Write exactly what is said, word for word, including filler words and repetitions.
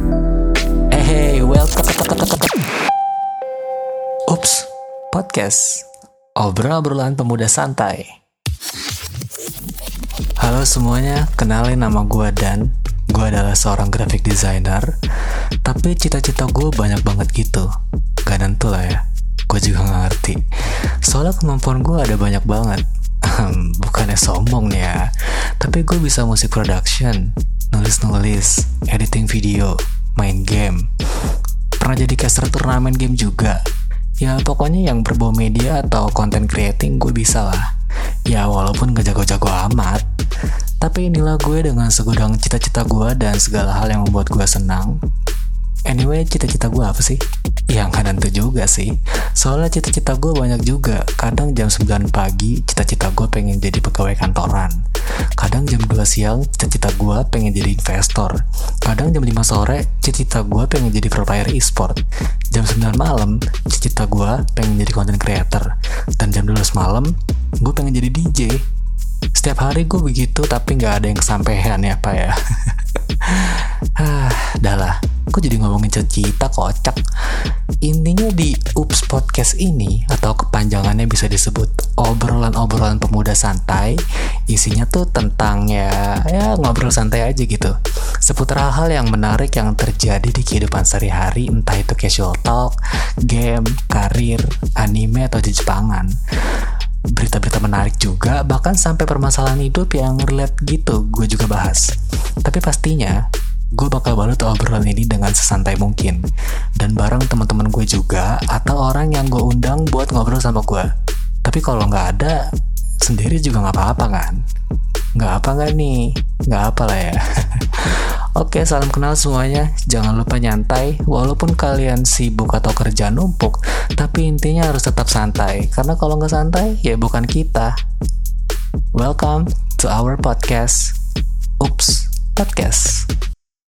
Hey, hey, welcome. Ups, podcast. Obrolan-obrolan pemuda santai. Halo semuanya, kenalin nama gue Dan. Gue adalah seorang graphic designer. Tapi cita-cita gue banyak banget gitu. Gak nentu lah ya. Gue juga gak ngerti. Soalnya kemampuan gue ada banyak banget. Bukannya sombong nih ya. Tapi gue bisa musik production, nulis-nulis, editing video, main game. Pernah jadi caster turnamen game juga. Ya pokoknya yang berbau media atau content creating gue bisa lah. Ya walaupun gak jago-jago amat. Tapi inilah gue dengan segudang cita-cita gue dan segala hal yang membuat gue senang. Anyway, cita-cita gue apa sih? Ya gak nentu juga sih. Soalnya cita-cita gue banyak juga. Kadang jam sembilan pagi, cita-cita gue pengen jadi pegawai kantoran. Kadang jam dua siang, cita-cita gue pengen jadi investor. Kadang jam lima sore, cita-cita gue pengen jadi pro player e-sport. Jam sembilan malam, cita-cita gue pengen jadi content creator. Dan jam dua belas malam, gue pengen jadi D J. Setiap hari gue begitu, tapi gak ada yang kesampean ya Pak ya. Ah, dah lah. Kok jadi ngomongin cita-cita kocak. Intinya di Ups Podcast ini, atau kepanjangannya bisa disebut obrolan-obrolan pemuda santai, isinya tuh tentang ya ya ngobrol santai aja gitu, seputar hal-hal yang menarik yang terjadi di kehidupan sehari-hari, entah itu casual talk, game, karir, anime, atau Jepangan. Berita-berita menarik juga, bahkan sampai permasalahan hidup yang relate gitu gue juga bahas. Tapi pastinya gue bakal balut obrolan ini dengan sesantai mungkin, dan bareng teman-teman gue juga atau orang yang gue undang buat ngobrol sama gue. Tapi kalau nggak ada, sendiri juga nggak apa-apa kan? Nggak apa nggak nih? Nggak apa lah ya. Oke, salam kenal semuanya. Jangan lupa nyantai, walaupun kalian sibuk atau kerja numpuk, tapi intinya harus tetap santai. Karena kalau nggak santai, ya bukan kita. Welcome to our podcast, Ups Podcast.